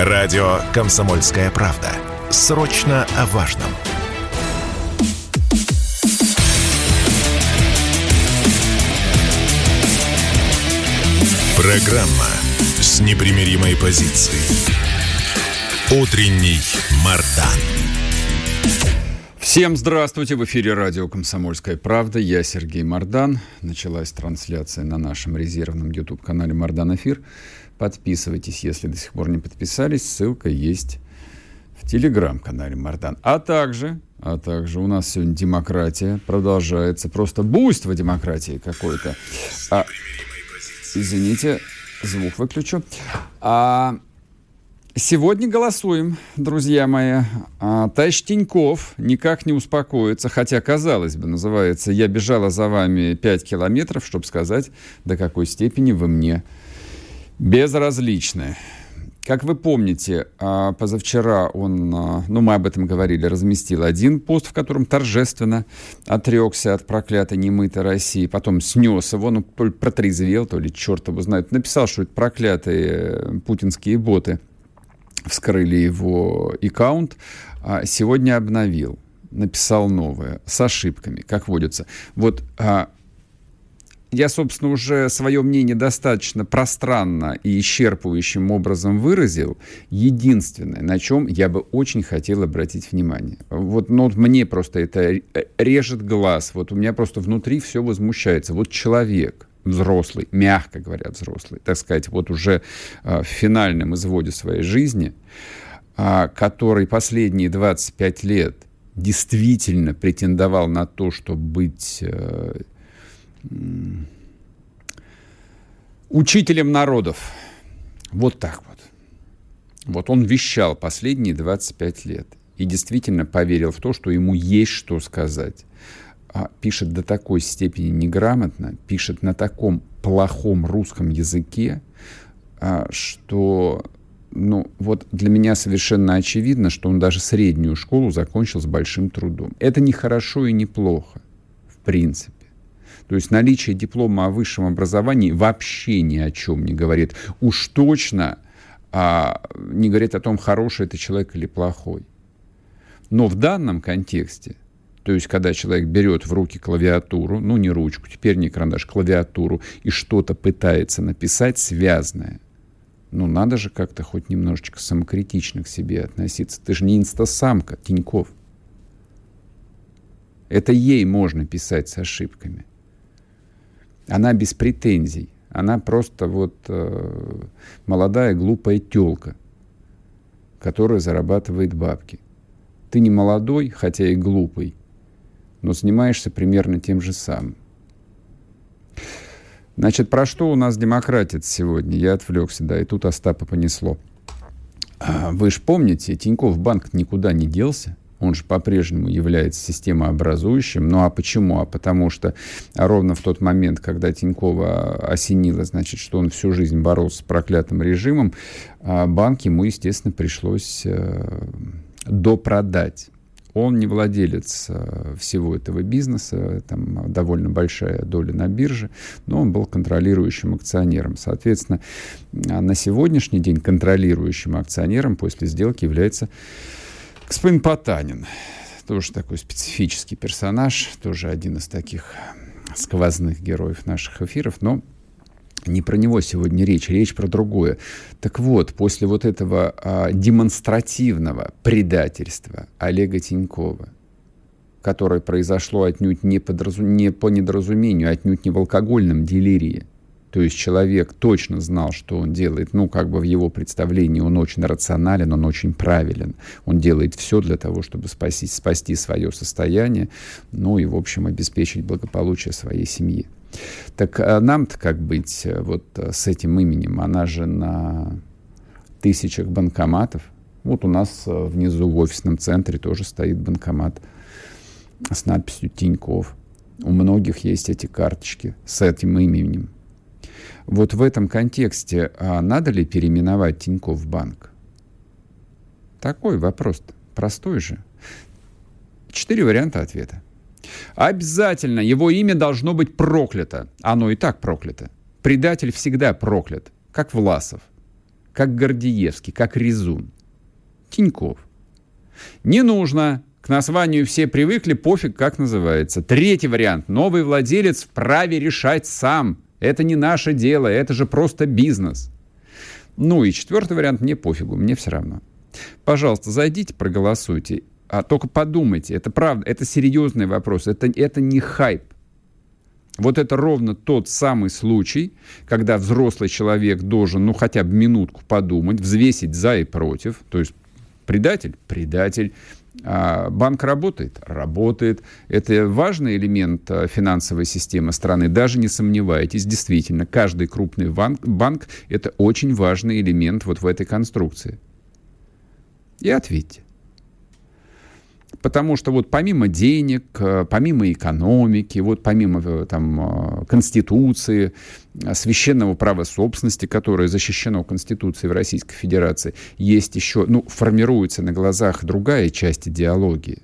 Радио «Комсомольская правда». Срочно о важном. Программа с непримиримой позицией. Утренний Мардан. Всем здравствуйте! В эфире радио «Комсомольская правда». Я Сергей Мардан. Началась трансляция на нашем резервном YouTube-канале «Мардан Эфир». Подписывайтесь, если до сих пор не подписались. Ссылка есть в телеграм-канале «Мардан». А также у нас сегодня демократия продолжается. Просто буйство демократии какое-то. Извините, звук выключу. Сегодня голосуем, друзья мои. Товарищ Тиньков никак не успокоится, хотя, казалось бы, называется «Я бежала за вами 5 километров», чтобы сказать, до какой степени вы мне безразличны. Как вы помните, позавчера он, мы об этом говорили, разместил один пост, в котором торжественно отрекся от проклятой немытой России, потом снес его, то ли протрезвел, то ли черт его знает, написал, что это проклятые путинские боты вскрыли его аккаунт, сегодня обновил, написал новое, с ошибками, как водится. Вот я, собственно, уже свое мнение достаточно пространно и исчерпывающим образом выразил. Единственное, на чем я бы очень хотел обратить внимание. Вот мне просто это режет глаз. Вот у меня просто внутри все возмущается. Вот человек взрослый, мягко говоря, взрослый, так сказать, вот уже в финальном изводе своей жизни, который последние 25 лет действительно претендовал на то, чтобы быть учителем народов. Вот так вот. Вот он вещал последние 25 лет и действительно поверил в то, что ему есть что сказать. Пишет до такой степени неграмотно, пишет на таком плохом русском языке, что для меня совершенно очевидно, что он даже среднюю школу закончил с большим трудом. Это не хорошо и не плохо, в принципе. То есть наличие диплома о высшем образовании вообще ни о чем не говорит. Уж точно не говорит о том, хороший это человек или плохой. Но в данном контексте, то есть когда человек берет в руки клавиатуру, не ручку, теперь не карандаш, клавиатуру, и что-то пытается написать связное, надо же как-то хоть немножечко самокритично к себе относиться. Ты же не инстасамка, Тиньков. Это ей можно писать с ошибками. Она без претензий. Она просто молодая глупая тёлка, которая зарабатывает бабки. Ты не молодой, хотя и глупый, но занимаешься примерно тем же самым. Значит, про что у нас демократия сегодня? Я отвлекся, и тут Остапа понесло. Вы же помните, Тинькофф банк никуда не делся. Он же по-прежнему является системообразующим. А почему? Потому что ровно в тот момент, когда Тинькова осенило, что он всю жизнь боролся с проклятым режимом, банк ему, естественно, пришлось допродать. Он не владелец всего этого бизнеса, там довольно большая доля на бирже, но он был контролирующим акционером. Соответственно, на сегодняшний день контролирующим акционером после сделки является господин Потанин. Тоже такой специфический персонаж, тоже один из таких сквозных героев наших эфиров, но не про него сегодня речь про другое. Так вот, после вот этого демонстративного предательства Олега Тинькова, которое произошло отнюдь не по недоразумению, отнюдь не в алкогольном делирии, то есть человек точно знал, что он делает. В его представлении он очень рационален, он очень правилен. Он делает все для того, чтобы спасти свое состояние, и, в общем, обеспечить благополучие своей семьи. Так нам-то как быть с этим именем? Она же на тысячах банкоматов. Вот у нас внизу в офисном центре тоже стоит банкомат с надписью «Тинькофф». У многих есть эти карточки с этим именем. Вот в этом контексте надо ли переименовать Тинькофф банк? Такой вопрос-то, простой же. 4 варианта ответа. Обязательно его имя должно быть проклято. Оно и так проклято. Предатель всегда проклят, как Власов. как Гордеевский, как Резун. Тинькофф. Не нужно. К названию все привыкли, пофиг, как называется. Третий вариант. Новый владелец вправе решать сам. Это не наше дело, это же просто бизнес. Ну и четвертый вариант. Мне пофигу, мне все равно. Пожалуйста, зайдите, проголосуйте. А только подумайте, это правда, это серьезный вопрос, это не хайп. Вот это ровно тот самый случай, когда взрослый человек должен, ну, хотя бы минутку подумать, взвесить за и против. То есть предатель? Предатель. А банк работает? Работает. Это важный элемент финансовой системы страны. Даже не сомневайтесь, действительно, каждый крупный банк – это очень важный элемент вот в этой конструкции. И ответьте. Потому что вот помимо денег, помимо экономики, вот помимо там, Конституции, священного права собственности, которое защищено Конституцией в Российской Федерации, есть еще, ну, формируется на глазах другая часть идеологии.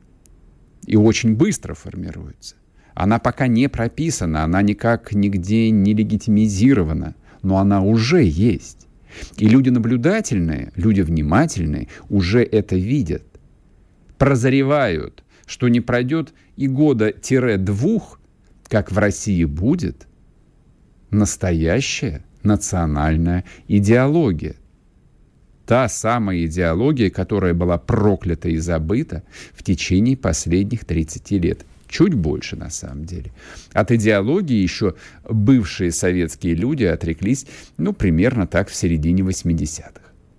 И очень быстро формируется. Она пока не прописана, она никак нигде не легитимизирована, но она уже есть. И люди наблюдательные, люди внимательные уже это видят. Прозревают, что не пройдет и года-двух, как в России будет настоящая национальная идеология. Та самая идеология, которая была проклята и забыта в течение последних 30 лет. Чуть больше, на самом деле. От идеологии еще бывшие советские люди отреклись, ну, примерно так в середине 80-х.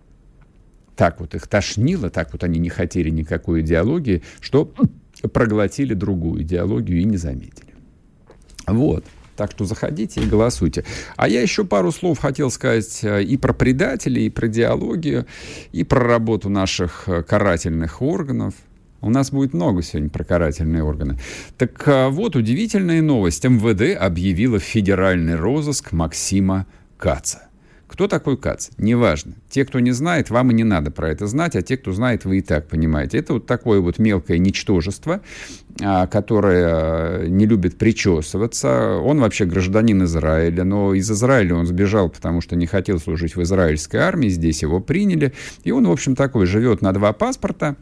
Так вот их тошнило, так вот они не хотели никакой идеологии, что проглотили другую идеологию и не заметили. Вот. Так что заходите и голосуйте. А я еще пару слов хотел сказать и про предателей, и про идеологию, и про работу наших карательных органов. У нас будет много сегодня про карательные органы. Так вот, удивительная новость. МВД объявила федеральный розыск Максима Каца. Кто такой Кац? Неважно. Те, кто не знает, вам и не надо про это знать, а те, кто знает, вы и так понимаете. Это вот такое вот мелкое ничтожество, которое не любит причесываться. Он вообще гражданин Израиля, но из Израиля он сбежал, потому что не хотел служить в израильской армии, здесь его приняли. И он, в общем, такой, живет на 2 паспорта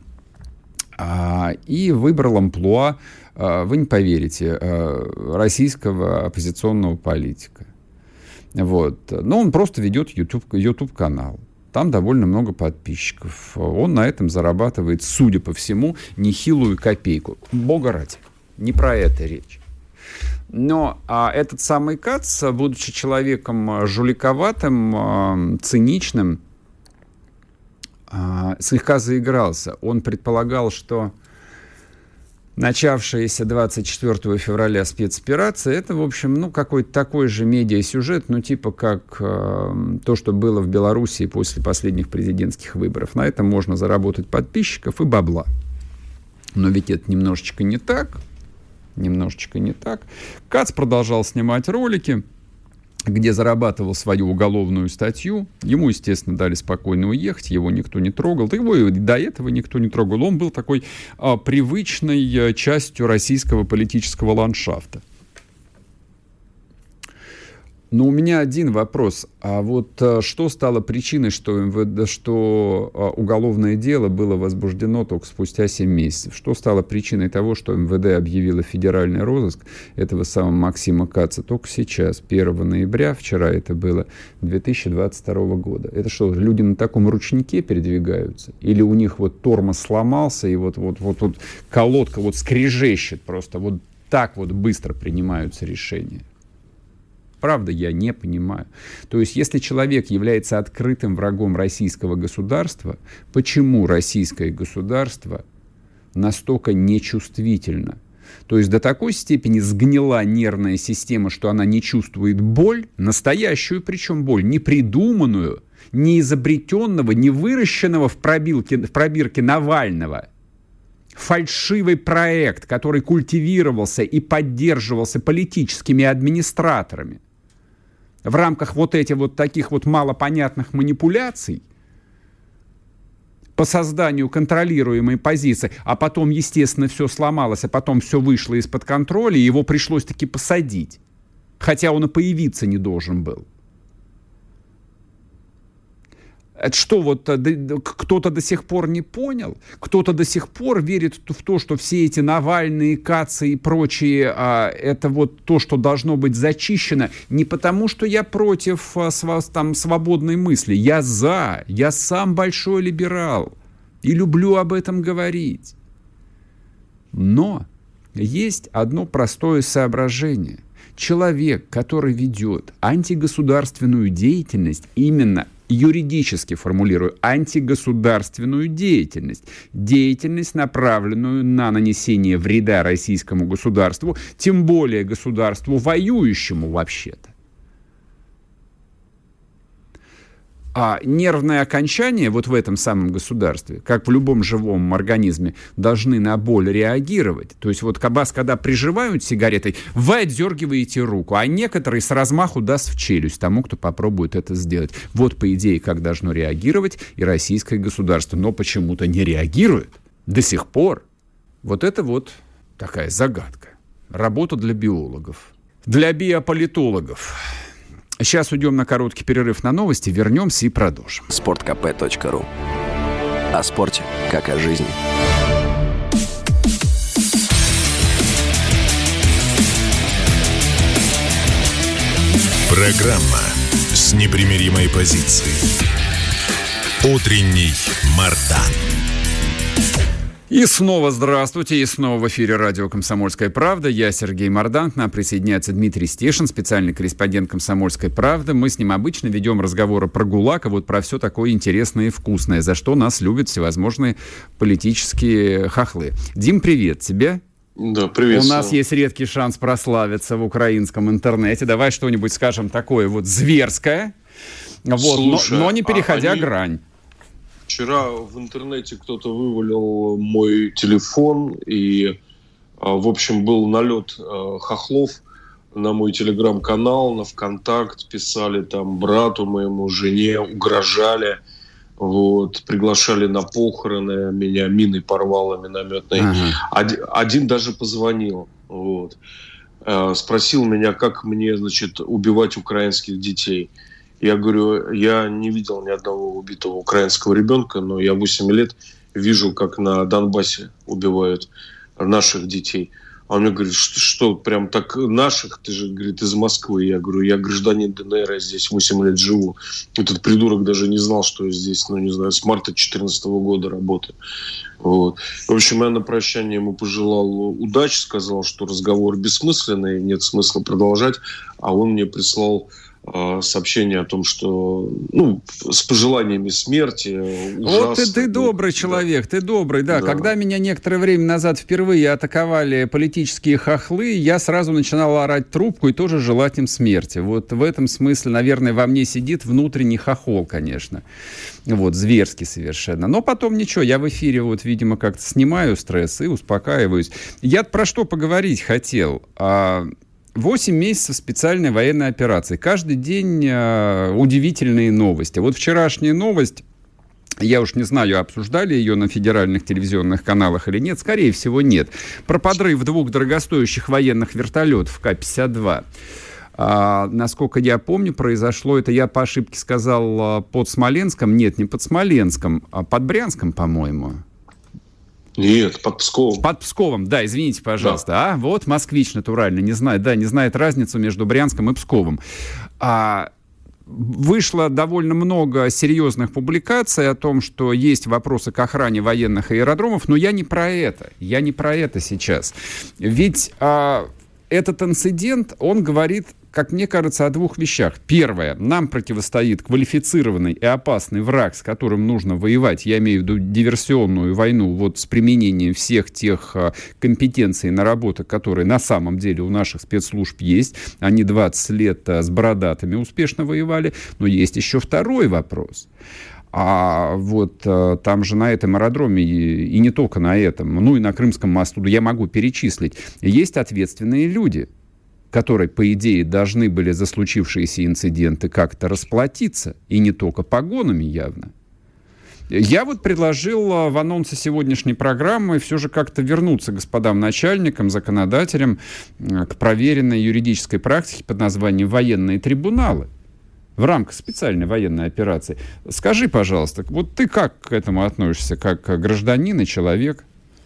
и выбрал амплуа, вы не поверите, российского оппозиционного политика. Вот. Но он просто ведет YouTube-канал. Там довольно много подписчиков. Он на этом зарабатывает, судя по всему, нехилую копейку. Бога ради. Не про это речь. Но этот самый Кац, будучи человеком жуликоватым, циничным, слегка заигрался. Он предполагал, что начавшаяся 24 февраля спецоперация, это, в общем, ну, какой-то такой же медиасюжет, ну, типа как то, что было в Белоруссии после последних президентских выборов. На этом можно заработать подписчиков и бабла. Но ведь это немножечко не так. Кац продолжал снимать ролики, где зарабатывал свою уголовную статью. Ему, естественно, дали спокойно уехать, его никто не трогал. Да его и до этого никто не трогал. Он был такой привычной частью российского политического ландшафта. Но у меня один вопрос. А вот что стало причиной, что уголовное дело было возбуждено только спустя 7 месяцев? Что стало причиной того, что МВД объявило федеральный розыск этого самого Максима Каца только сейчас, 1 ноября, вчера это было, 2022 года? Это что, люди на таком ручнике передвигаются? Или у них вот тормоз сломался, и вот колодка вот скрежещет просто, вот так вот быстро принимаются решения? Правда, я не понимаю. То есть, если человек является открытым врагом российского государства, почему российское государство настолько нечувствительно? То есть, до такой степени сгнила нервная система, что она не чувствует боль, настоящую причем боль, не придуманную, не изобретенного, не выращенного в пробирке Навального. Фальшивый проект, который культивировался и поддерживался политическими администраторами в рамках вот этих вот таких вот малопонятных манипуляций по созданию контролируемой позиции, а потом, естественно, все сломалось, а потом все вышло из-под контроля, и его пришлось таки посадить, хотя он и появиться не должен был. Это что, вот кто-то до сих пор не понял? Кто-то до сих пор верит в то, что все эти Навальные, Кацы и прочие, это вот то, что должно быть зачищено? Не потому, что я против там, свободной мысли. Я за. Я сам большой либерал. И люблю об этом говорить. Но есть одно простое соображение. Человек, который ведет антигосударственную деятельность, именно юридически формулирую, антигосударственную деятельность, деятельность, направленную на нанесение вреда российскому государству, тем более государству воюющему вообще-то. А нервные окончания вот в этом самом государстве, как в любом живом организме, должны на боль реагировать. То есть вот вас, когда приживают сигаретой, вы отдергиваете руку, а некоторые с размаху даст в челюсть тому, кто попробует это сделать. Вот, по идее, как должно реагировать и российское государство. Но почему-то не реагирует до сих пор. Вот это вот такая загадка. Работа для биологов. Для биополитологов. Сейчас уйдем на короткий перерыв на новости, вернемся и продолжим. sportkp.ru. О спорте, как о жизни. Программа с непримиримой позицией. Утренний Мардан. И снова здравствуйте, и снова в эфире радио «Комсомольская правда». Я Сергей Мардан, к нам присоединяется Дмитрий Стешин, специальный корреспондент «Комсомольской правды». Мы с ним обычно ведем разговоры про ГУЛАГ, а вот про все такое интересное и вкусное, за что нас любят всевозможные политические хохлы. Дим, привет тебе. Да, привет. У нас есть редкий шанс прославиться в украинском интернете. Давай что-нибудь скажем такое вот зверское, вот, слушай, но не переходя грань. Вчера в интернете кто-то вывалил мой телефон, и, в общем, был налет хохлов на мой телеграм-канал, на ВКонтакт, писали там брату моему, жене, угрожали, вот, приглашали на похороны, меня миной порвало минометной. Один даже позвонил, вот, спросил меня, как мне, значит, убивать украинских детей. Я говорю, я не видел ни одного убитого украинского ребенка, но я 8 лет вижу, как на Донбассе убивают наших детей. А он мне говорит, что прям так наших? Ты же, говорит, из Москвы. Я говорю, я гражданин ДНР, я здесь 8 лет живу. Этот придурок даже не знал, что я здесь, не знаю, с марта 2014 года работаю. Вот. В общем, я на прощание ему пожелал удачи, сказал, что разговор бессмысленный, нет смысла продолжать. А он мне прислал сообщение о том, что, с пожеланиями смерти. Вот ты добрый человек, ты добрый, да. Когда меня некоторое время назад впервые атаковали политические хохлы, я сразу начинал орать трубку и тоже желать им смерти. Вот в этом смысле, наверное, во мне сидит внутренний хохол, конечно. Вот, зверский совершенно. Но потом ничего, я в эфире вот, видимо, как-то снимаю стресс и успокаиваюсь. Я про что поговорить хотел. 8 месяцев специальной военной операции. Каждый день удивительные новости. Вот вчерашняя новость, я уж не знаю, обсуждали ее на федеральных телевизионных каналах или нет. Скорее всего, нет. Про подрыв 2 дорогостоящих военных вертолетов К-52. Насколько я помню, произошло это, я по ошибке сказал, под Смоленском. Нет, не под Смоленском, а под Брянском, по-моему. Нет, под Псковом. Под Псковом, да, извините, пожалуйста. Да. Вот москвич натурально, не знает разницу между Брянском и Псковом. Вышло довольно много серьезных публикаций о том, что есть вопросы к охране военных аэродромов, но я не про это сейчас. Ведь этот инцидент, он говорит, как мне кажется, о 2 вещах. Первое. Нам противостоит квалифицированный и опасный враг, с которым нужно воевать. Я имею в виду диверсионную войну вот с применением всех тех компетенций и наработок, которые на самом деле у наших спецслужб есть. Они 20 лет с бородатыми успешно воевали. Но есть еще второй вопрос. А вот там же на этом аэродроме, и не только на этом, и на Крымском мосту, я могу перечислить, есть ответственные люди, которые, по идее, должны были за случившиеся инциденты как-то расплатиться, и не только погонами явно. Я вот предложил в анонсе сегодняшней программы все же как-то вернуться господам начальникам, законодателям к проверенной юридической практике под названием «военные трибуналы». в рамках специальной военной операции. Скажи, пожалуйста, вот ты как к этому относишься, как гражданин и человек?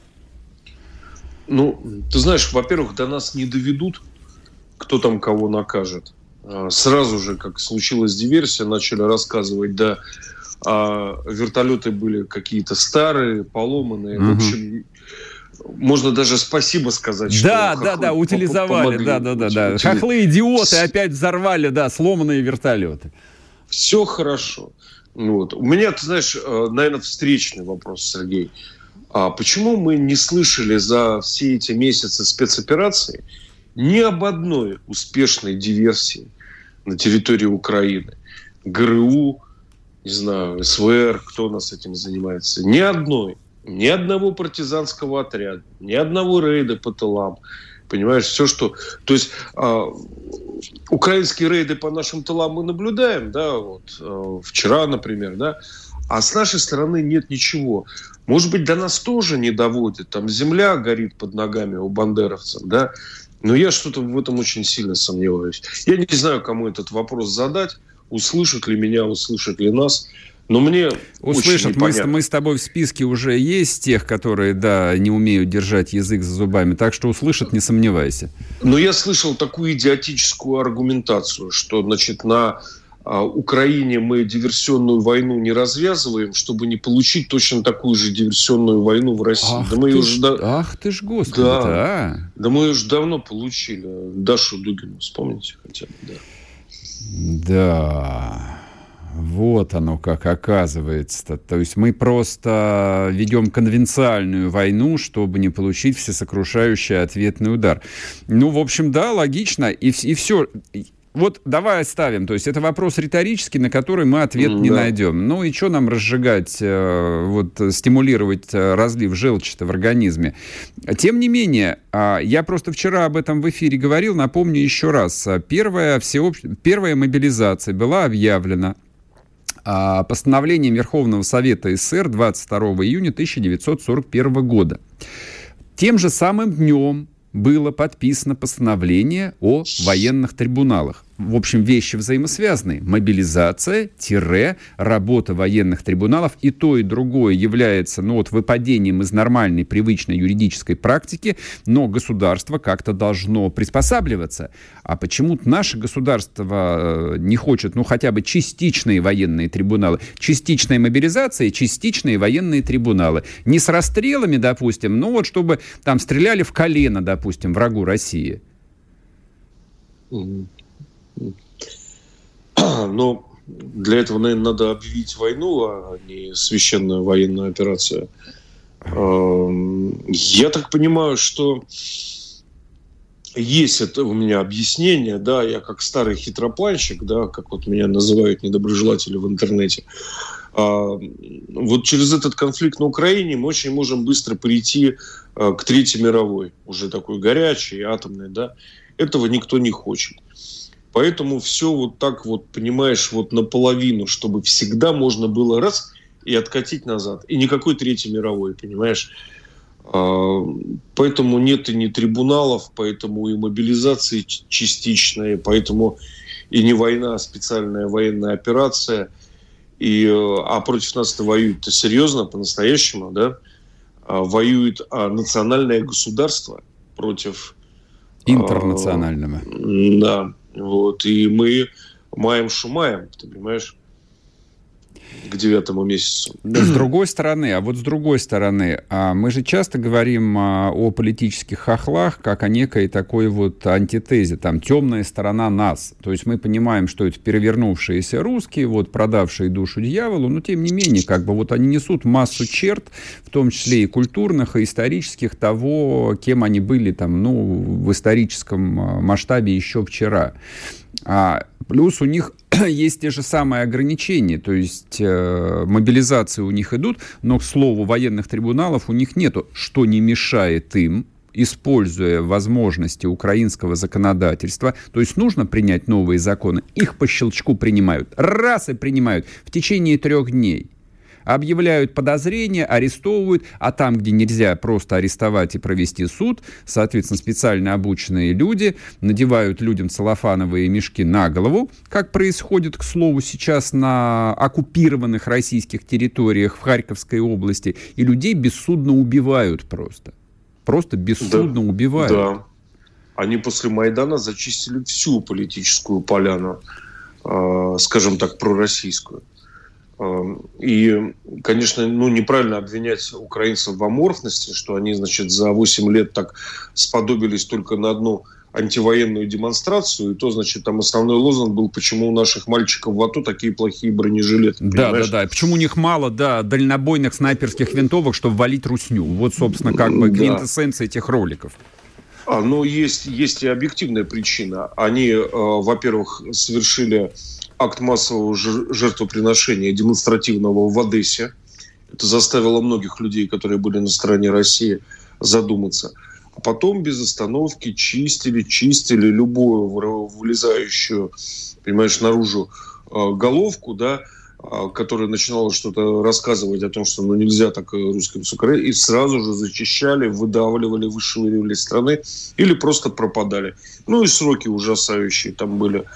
Ну, ты знаешь, во-первых, до нас не доведут, кто там кого накажет. Сразу же, как случилась диверсия, начали рассказывать, да, вертолеты были какие-то старые, поломанные. В общем, можно даже спасибо сказать, что да, утилизовали, да. Хохлы-идиоты опять взорвали, да, сломанные вертолеты. Все хорошо. Вот. У меня, ты знаешь, наверное, встречный вопрос, Сергей. А почему мы не слышали за все эти месяцы спецоперации ни об одной успешной диверсии на территории Украины? ГРУ, не знаю, СВР, кто у нас этим занимается? Ни одной. Ни одного партизанского отряда, ни одного рейда по тылам. Понимаешь, все, что... То есть украинские рейды по нашим тылам мы наблюдаем, да, вот вчера, например, да, а с нашей стороны нет ничего. Может быть, до нас тоже не доводит. Там земля горит под ногами у бандеровцев, да. Но я что-то в этом очень сильно сомневаюсь. Я не знаю, кому этот вопрос задать. Услышат ли меня, услышат ли нас. Но мне услышат. Мы с тобой в списке уже есть тех, которые, да, не умеют держать язык за зубами. Так что услышат, не сомневайся. Но я слышал такую идиотическую аргументацию, что, значит, на Украине мы диверсионную войну не развязываем, чтобы не получить точно такую же диверсионную войну в России. Ах ты ж, Господи. Да мы ее уже давно получили. Дашу Дугину, вспомните хотя бы, да. Да, вот оно как оказывается. То есть мы просто ведем конвенциальную войну, чтобы не получить всесокрушающий ответный удар. Ну, в общем, да, логично. И все. Вот давай оставим. То есть это вопрос риторический, на который мы ответ не найдем. Ну и что нам разжигать, стимулировать разлив желчи-то в организме? Тем не менее, я просто вчера об этом в эфире говорил, напомню еще раз. Первая мобилизация была объявлена постановлением Верховного Совета СССР 22 июня 1941 года. Тем же самым днем было подписано постановление о военных трибуналах. В общем, вещи взаимосвязаны. Мобилизация, работа военных трибуналов. И то, и другое является выпадением из нормальной, привычной юридической практики, но государство как-то должно приспосабливаться. А почему-то наше государство не хочет, хотя бы частичные военные трибуналы. Частичная мобилизация, частичные военные трибуналы. Не с расстрелами, допустим, но чтобы там стреляли в колено, допустим, врагу России. Но для этого, наверное, надо объявить войну, а не священную военную операцию. Я так понимаю, что есть это у меня объяснение, да, я как старый хитропланщик, да, как вот меня называют недоброжелатели в интернете. Вот через этот конфликт на Украине мы очень можем быстро перейти к Третьей мировой, уже такой горячей, атомной, да. Этого никто не хочет. Поэтому все вот так вот, понимаешь, вот наполовину, чтобы всегда можно было раз и откатить назад. И никакой Третьей мировой, понимаешь. Поэтому нет и ни трибуналов, поэтому и мобилизации частичные, поэтому и не война, а специальная военная операция. А против нас-то воюют-то серьезно, по-настоящему, да? Воюет национальное государство против... Интернационального. Да. Вот, и мы маем-шумаем, ты понимаешь, к 9 месяцу. Да, с другой стороны, мы же часто говорим о политических хохлах, как о некой такой вот антитезе, там, темная сторона нас. То есть мы понимаем, что это перевернувшиеся русские, вот, продавшие душу дьяволу, но тем не менее, как бы вот они несут массу черт, в том числе и культурных, и исторических, того, кем они были там, в историческом масштабе еще вчера. Плюс у них есть те же самые ограничения, то есть мобилизации у них идут, но, к слову, военных трибуналов у них нету, что не мешает им, используя возможности украинского законодательства, то есть нужно принять новые законы, их по щелчку принимают, раз и принимают в течение 3 дней. Объявляют подозрения, арестовывают, а там, где нельзя просто арестовать и провести суд, соответственно, специально обученные люди надевают людям целлофановые мешки на голову, как происходит, к слову, сейчас на оккупированных российских территориях в Харьковской области, и людей бессудно убивают просто. Просто бессудно убивают. Да. Они после Майдана зачистили всю политическую поляну, скажем так, пророссийскую. И, конечно, неправильно обвинять украинцев в аморфности, что они, значит, за 8 лет так сподобились только на одну антивоенную демонстрацию, и то, значит, там основной лозунг был, почему у наших мальчиков в АТО такие плохие бронежилеты. Да. Почему у них мало, дальнобойных снайперских винтовок, чтобы валить русню. Вот, собственно, как бы квинтэссенция этих роликов. Есть и объективная причина. Они, во-первых, совершили акт массового жертвоприношения демонстративного в Одессе. Это заставило многих людей, которые были на стороне России, задуматься. А потом без остановки чистили любую вылезающую, понимаешь, наружу головку, которая начинала что-то рассказывать о том, что нельзя так русским с Украиной, и сразу же зачищали, выдавливали, вышвыривали из страны или просто пропадали. И сроки ужасающие там были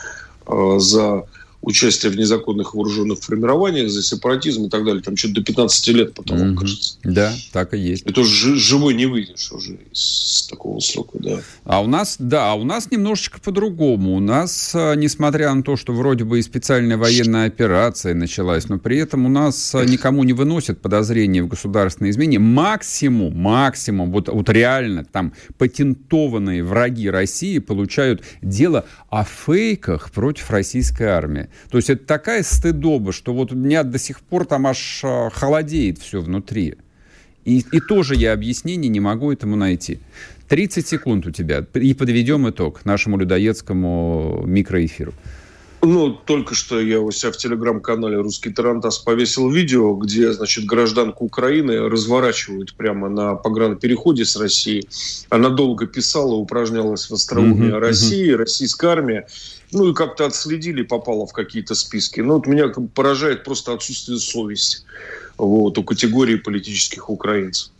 за участие в незаконных вооруженных формированиях, за сепаратизм и так далее. Там что-то до 15 лет потом, кажется. Да, так и есть. И тоже живой не выйдешь уже из такого срока, да. А у нас немножечко по-другому. У нас, несмотря на то, что вроде бы и специальная военная операция началась, но при этом у нас никому не выносят подозрения в государственной измене. Максимум, вот реально там патентованные враги России получают дело о фейках против российской армии. То есть это такая стыдоба, что вот у меня до сих пор там аж холодеет все внутри. И тоже я объяснений не могу этому найти. 30 секунд у тебя, и подведем итог нашему людоедскому микроэфиру. Только что я у себя в телеграм-канале «Русский Тарантас» повесил видео, где, значит, гражданку Украины разворачивают прямо на погранпереходе с Россией. Она долго писала, упражнялась в остроумии о России, российской армии. И как-то отследили, попала в какие-то списки. Меня поражает просто отсутствие совести у категории политических украинцев.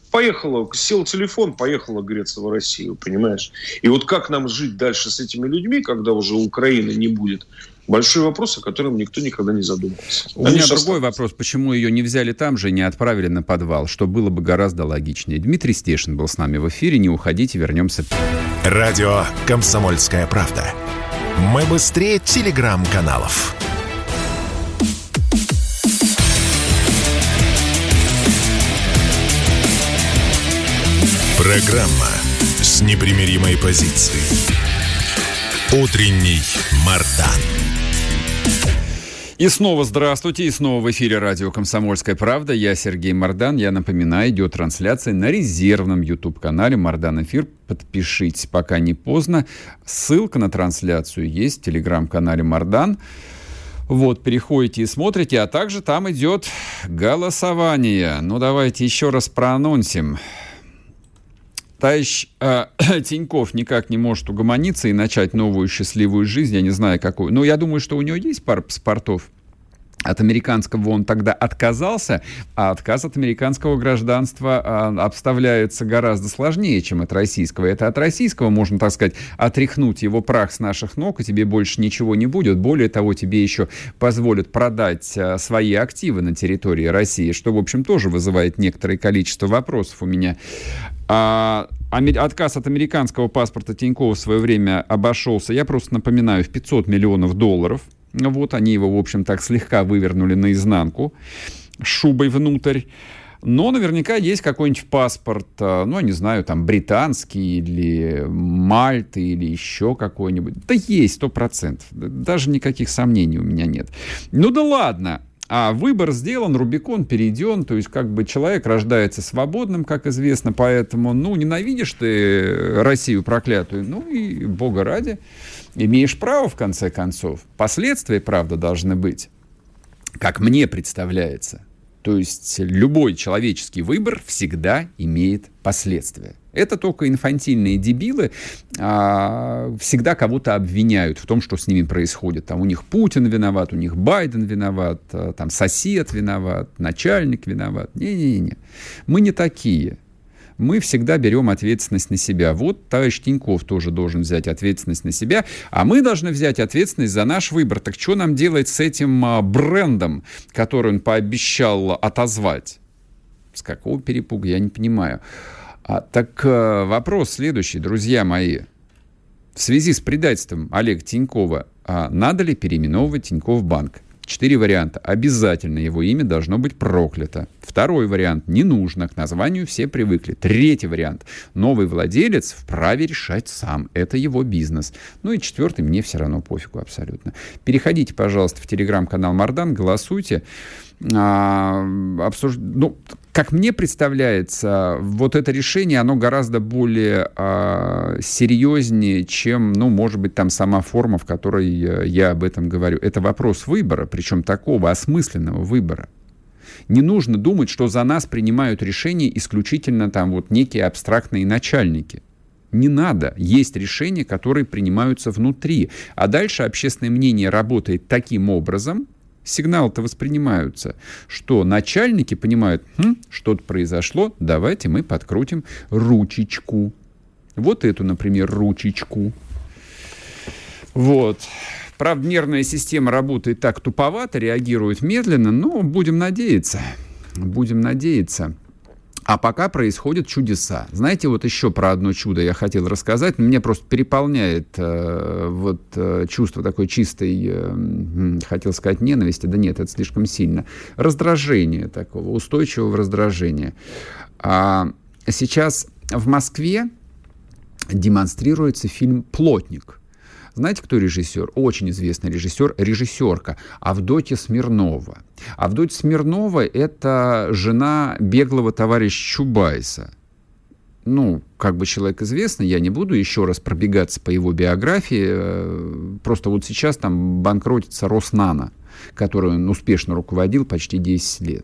Сел телефон, поехала греться в Россию, понимаешь? И вот как нам жить дальше с этими людьми, когда уже Украины не будет? Большой вопрос, о котором никто никогда не задумывался. У меня другой вопрос. Почему ее не взяли там же и не отправили на подвал? Что было бы гораздо логичнее. Дмитрий Стешин был с нами в эфире. Не уходите, вернемся. Радио «Комсомольская правда». Мы быстрее телеграм-каналов. Программа с непримиримой позицией. Утренний Мардан. И снова здравствуйте, и снова в эфире радио «Комсомольская правда». Я Сергей Мардан. Я напоминаю, идет трансляция на резервном YouTube-канале «Мардан Эфир». Подпишитесь, пока не поздно. Ссылка на трансляцию есть в телеграм-канале «Мардан». Вот, переходите и смотрите, а также там идет голосование. Давайте еще раз проанонсим. Товарищ Тиньков никак не может угомониться и начать новую счастливую жизнь. Я не знаю, какую. Но я думаю, что у него есть пара паспортов. От американского он тогда отказался, а отказ от американского гражданства обставляется гораздо сложнее, чем от российского. Это от российского можно, так сказать, отряхнуть его прах с наших ног, и тебе больше ничего не будет. Более того, тебе еще позволят продать свои активы на территории России, что, в общем, тоже вызывает некоторое количество вопросов у меня. Отказ от американского паспорта Тинькова в свое время обошелся, я просто напоминаю, в $500 миллионов. Вот они его, в общем, так слегка вывернули наизнанку, шубой внутрь. Но наверняка есть какой-нибудь паспорт, я не знаю, там, британский или Мальты, или еще какой-нибудь. Да есть, 100%. Даже никаких сомнений у меня нет. Да ладно. А выбор сделан, Рубикон перейден, то есть как бы человек рождается свободным, как известно, поэтому, ненавидишь ты Россию проклятую, и бога ради, имеешь право в конце концов. Последствия, правда, должны быть, как мне представляется. То есть любой человеческий выбор всегда имеет последствия. Это только инфантильные дебилы всегда кого-то обвиняют в том, что с ними происходит. Там у них Путин виноват, у них Байден виноват, там сосед виноват, начальник виноват. Не-не-не. Мы не такие. Мы всегда берем ответственность на себя. Вот товарищ Тиньков тоже должен взять ответственность на себя, а мы должны взять ответственность за наш выбор. Так что нам делать с этим брендом, который он пообещал отозвать? С какого перепуга, я не понимаю. Так вопрос следующий, друзья мои. В связи с предательством Олега Тинькова надо ли переименовывать Тинькофф Банк? 4 варианта. Обязательно его имя должно быть проклято. 2 вариант. Не нужно. К названию все привыкли. 3 вариант. Новый владелец вправе решать сам. Это его бизнес. Ну и 4, мне все равно пофигу абсолютно. Переходите, пожалуйста, в телеграм-канал Мардан, голосуйте. Как мне представляется, вот это решение, оно гораздо более серьезнее, чем, может быть, там сама форма, в которой я об этом говорю. Это вопрос выбора, причем такого осмысленного выбора. Не нужно думать, что за нас принимают решения исключительно там вот некие абстрактные начальники. Не надо. Есть решения, которые принимаются внутри. А дальше общественное мнение работает таким образом, сигналы-то воспринимаются, что начальники понимают, что-то произошло, давайте мы подкрутим ручечку. Вот эту, например, ручечку. Вот. Правда, нервная система работает так туповато, реагирует медленно, но будем надеяться. Будем надеяться. А пока происходят чудеса. Знаете, вот еще про одно чудо я хотел рассказать. Меня просто переполняет чувство такой чистой, хотел сказать, ненависти. Да нет, это слишком сильно. Раздражения такого, устойчивого раздражения. Сейчас в Москве демонстрируется фильм «Плотник». Знаете, кто режиссер? Очень известный режиссер, режиссерка Авдотья Смирнова. Авдотья Смирнова — это жена беглого товарища Чубайса. Человек известный, я не буду еще раз пробегаться по его биографии. Просто вот сейчас там банкротится Роснано, которой он успешно руководил почти 10 лет.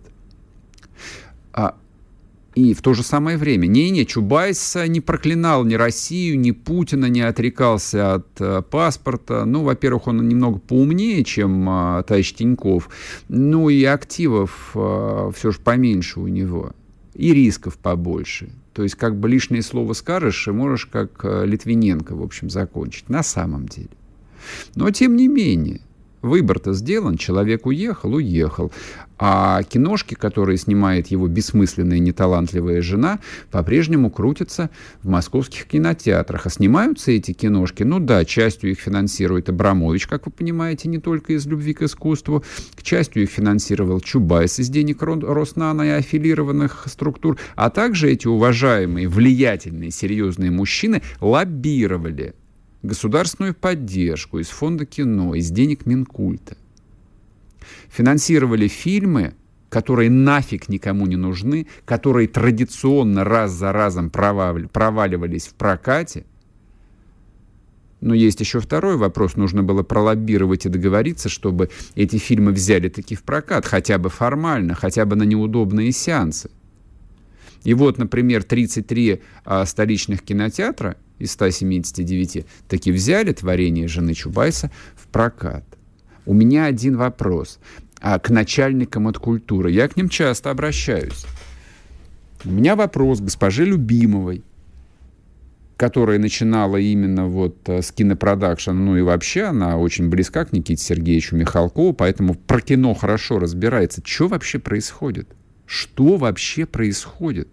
И в то же самое время, Чубайс не проклинал ни Россию, ни Путина, не отрекался от паспорта. Во-первых, он немного поумнее, чем товарищ Тиньков. И активов все же поменьше у него. И рисков побольше. То есть, лишнее слово скажешь, и можешь, как Литвиненко, в общем, закончить. На самом деле. Но, тем не менее, выбор-то сделан, человек уехал. А киношки, которые снимает его бессмысленная, неталантливая жена, по-прежнему крутятся в московских кинотеатрах. А снимаются эти киношки, частью их финансирует Абрамович, как вы понимаете, не только из любви к искусству. К частью их финансировал Чубайс из денег Роснано и аффилированных структур. А также эти уважаемые, влиятельные, серьезные мужчины лоббировали государственную поддержку из фонда кино, из денег Минкульта. Финансировали фильмы, которые нафиг никому не нужны, которые традиционно раз за разом проваливались в прокате. Но есть еще второй вопрос. Нужно было пролоббировать и договориться, чтобы эти фильмы взяли таки в прокат, хотя бы формально, хотя бы на неудобные сеансы. И вот, например, 33 столичных кинотеатра из 179 таки взяли творение жены Чубайса в прокат. У меня один вопрос к начальникам от культуры. Я к ним часто обращаюсь. У меня вопрос к госпоже Любимовой, которая начинала именно с кинопродакшн, и вообще она очень близка к Никите Сергеевичу Михалкову, поэтому про кино хорошо разбирается. Что вообще происходит? Что вообще происходит?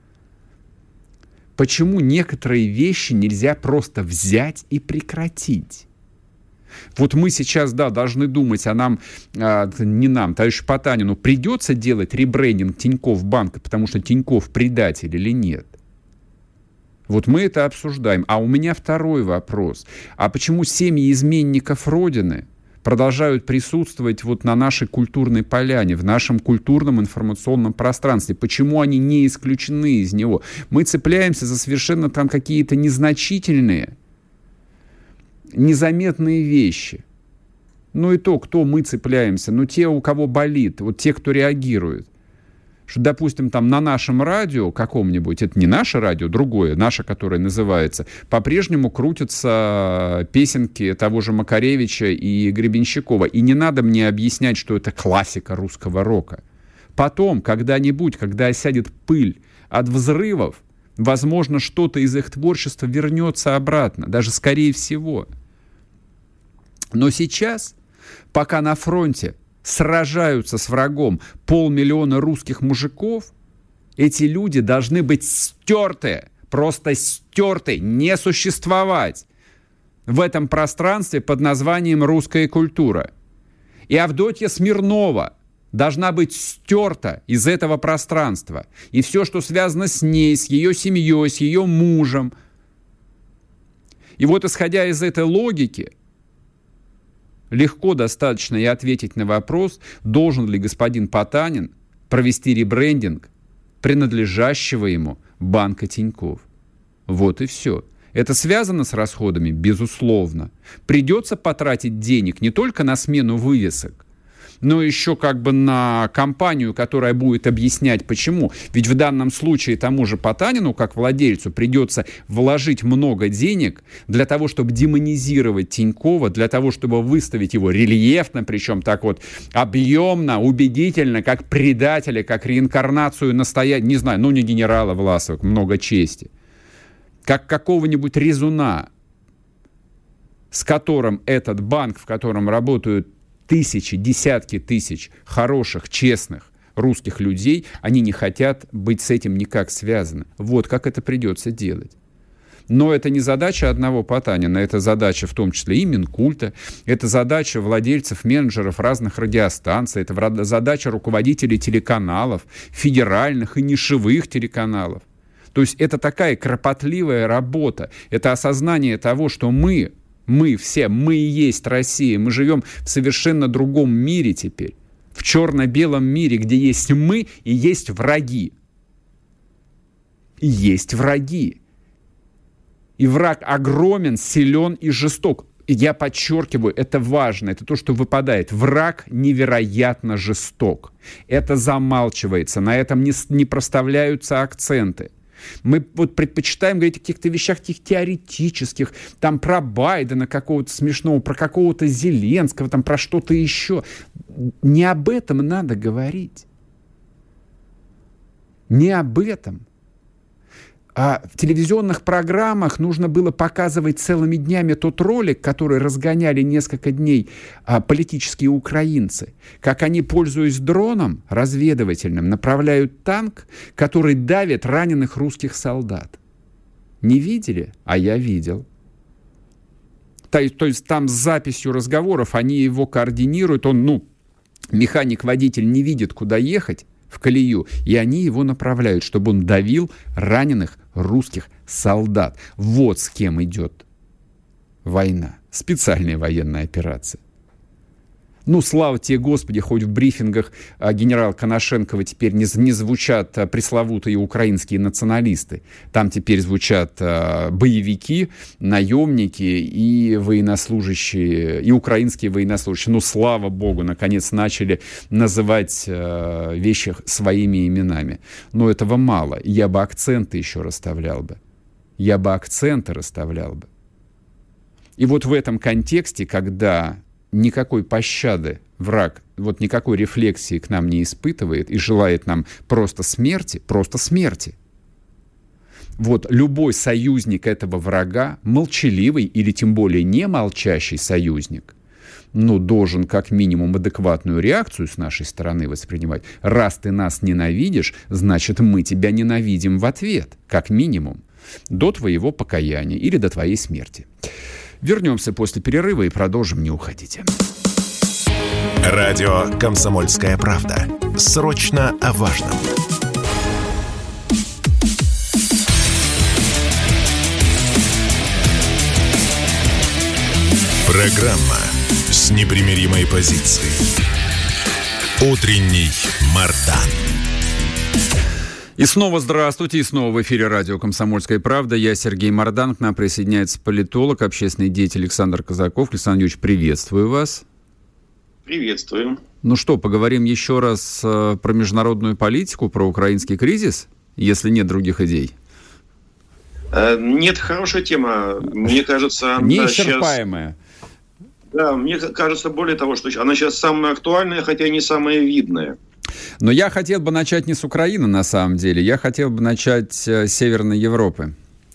Почему некоторые вещи нельзя просто взять и прекратить? Вот мы сейчас, должны думать, товарищу Потанину придется делать ребрендинг Тинькофф Банка, потому что Тинькофф предатель или нет? Вот мы это обсуждаем. А у меня второй вопрос. А почему семьи изменников Родины продолжают присутствовать на нашей культурной поляне, в нашем культурном информационном пространстве? Почему они не исключены из него? Мы цепляемся за совершенно какие-то незначительные, незаметные вещи. И то, кто мы цепляемся, те, у кого болит, те, кто реагирует. Что, допустим, там на нашем радио каком-нибудь, это не наше радио, другое, наше, которое называется, по-прежнему крутятся песенки того же Макаревича и Гребенщикова. И не надо мне объяснять, что это классика русского рока. Потом, когда-нибудь, когда осядет пыль от взрывов, возможно, что-то из их творчества вернется обратно, даже скорее всего. Но сейчас, пока на фронте сражаются с врагом 500 000 русских мужиков, эти люди должны быть стерты, просто стерты, не существовать в этом пространстве под названием «русская культура». И Авдотья Смирнова должна быть стерта из этого пространства. И все, что связано с ней, с ее семьей, с ее мужем. И вот, исходя из этой логики, легко достаточно и ответить на вопрос, должен ли господин Потанин провести ребрендинг принадлежащего ему банка Тинькофф. Вот и все. Это связано с расходами? Безусловно. Придется потратить денег не только на смену вывесок, но еще как бы на компанию, которая будет объяснять, почему. Ведь в данном случае тому же Потанину, как владельцу, придется вложить много денег для того, чтобы демонизировать Тинькова, для того, чтобы выставить его рельефно, причем так вот объемно, убедительно, как предателя, как реинкарнацию настоящего, не знаю, ну не генерала Власова, много чести, как какого-нибудь резуна, с которым этот банк, в котором работают тысячи, десятки тысяч хороших, честных русских людей, они не хотят быть с этим никак связаны. Вот как это придется делать. Но это не задача одного Потанина, это задача в том числе и Минкульта, это задача владельцев, менеджеров разных радиостанций, это задача руководителей телеканалов, федеральных и нишевых телеканалов. То есть это такая кропотливая работа, это осознание того, что мы все, мы и есть Россия, мы живем в совершенно другом мире теперь, в черно-белом мире, где есть мы и есть враги. И есть враги. И враг огромен, силен и жесток. И я подчеркиваю, это важно, это то, что выпадает. Враг невероятно жесток. Это замалчивается, на этом не проставляются акценты. Мы вот предпочитаем говорить о каких-то вещах теоретических, там про Байдена какого-то смешного, про какого-то Зеленского, там про что-то еще. Не об этом надо говорить. Не об этом. А в телевизионных программах нужно было показывать целыми днями тот ролик, который разгоняли несколько дней политические украинцы. Как они, пользуясь дроном разведывательным, направляют танк, который давит раненых русских солдат. Не видели? А я видел. То есть там с записью разговоров они его координируют. Он, механик-водитель не видит, куда ехать в колею, и они его направляют, чтобы он давил раненых русских солдат. Вот с кем идет война. Специальная военная операция. Слава тебе, Господи, хоть в брифингах генерала Коношенкова теперь не звучат пресловутые украинские националисты. Там теперь звучат боевики, наемники и военнослужащие, и украинские военнослужащие. Слава Богу, наконец начали называть вещи своими именами. Но этого мало. Я бы акценты еще расставлял бы. И вот в этом контексте, когда никакой пощады враг, вот никакой рефлексии к нам не испытывает и желает нам просто смерти. Вот любой союзник этого врага, молчаливый или тем более не молчащий союзник, должен как минимум адекватную реакцию с нашей стороны воспринимать. Раз ты нас ненавидишь, значит мы тебя ненавидим в ответ, как минимум, до твоего покаяния или до твоей смерти. Вернемся после перерыва и продолжим, не уходите. Радио «Комсомольская правда». Срочно о важном. Программа с непримиримой позицией. Утренний Мардан. И снова здравствуйте, и снова в эфире радио «Комсомольская правда». Я Сергей Мардан, к нам присоединяется политолог, общественный деятель Александр Казаков. Александр Юрьевич, приветствую вас. Приветствуем. Ну что, поговорим еще раз про международную политику, про украинский кризис, если нет других идей? Нет, хорошая тема. Мне кажется, она неисчерпаемая. Да, мне кажется, более того, что она сейчас самая актуальная, хотя не самая видная. Но я хотел бы начать не с Украины, на самом деле. Я хотел бы начать с Северной Европы.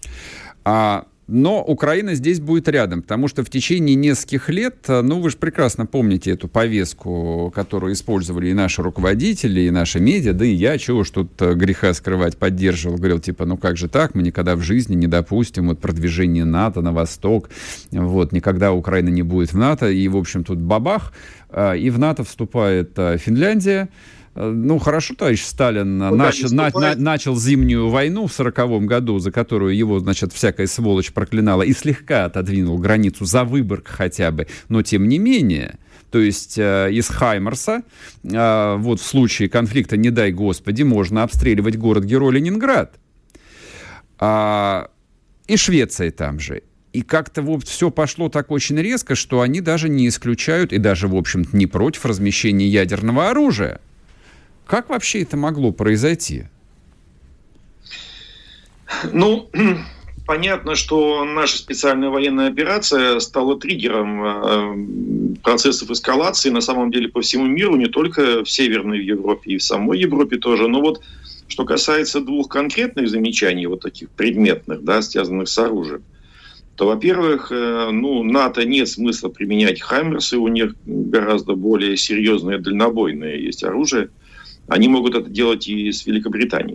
Но Украина здесь будет рядом, потому что в течение нескольких лет, вы же прекрасно помните эту повестку, которую использовали и наши руководители, и наши медиа, да и я, чего уж тут греха скрывать, поддерживал, говорил, как же так, мы никогда в жизни не допустим продвижение НАТО на восток, никогда Украина не будет в НАТО, и, в общем, тут бабах, и в НАТО вступает Финляндия. Хорошо, товарищ Сталин начал зимнюю войну в 1940 году, за которую его, всякая сволочь проклинала, и слегка отодвинул границу за Выборг хотя бы, но тем не менее, то есть из Хаймарса, в случае конфликта, не дай Господи, можно обстреливать город-герой Ленинград. И Швеция там же. И как-то все пошло так очень резко, что они даже не исключают, и даже, в общем-то, не против размещения ядерного оружия. Как вообще это могло произойти? Понятно, что наша специальная военная операция стала триггером процессов эскалации, на самом деле, по всему миру, не только в Северной Европе, и в самой Европе тоже. Но что касается двух конкретных замечаний, таких предметных, связанных с оружием, то, во-первых, НАТО нет смысла применять «Хаймерсы», у них гораздо более серьезное дальнобойное есть оружие. Они могут это делать и с Великобританией.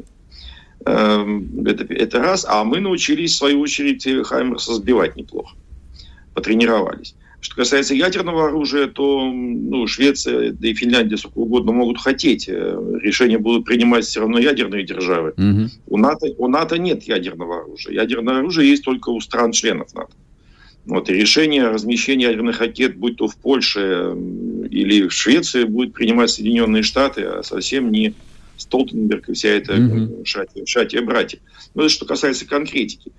Это раз. А мы научились, в свою очередь, «Хаймерсы» сбивать неплохо. Потренировались. Что касается ядерного оружия, то Швеция, да и Финляндия, сколько угодно могут хотеть. Решения будут принимать все равно ядерные державы. Угу. У НАТО нет ядерного оружия. Ядерное оружие есть только у стран-членов НАТО. И решение о размещении ядерных ракет, будь то в Польше или в Швеции, будет принимать Соединенные Штаты, а совсем не Столтенберг и вся эта шатия-братья. Это что касается конкретики.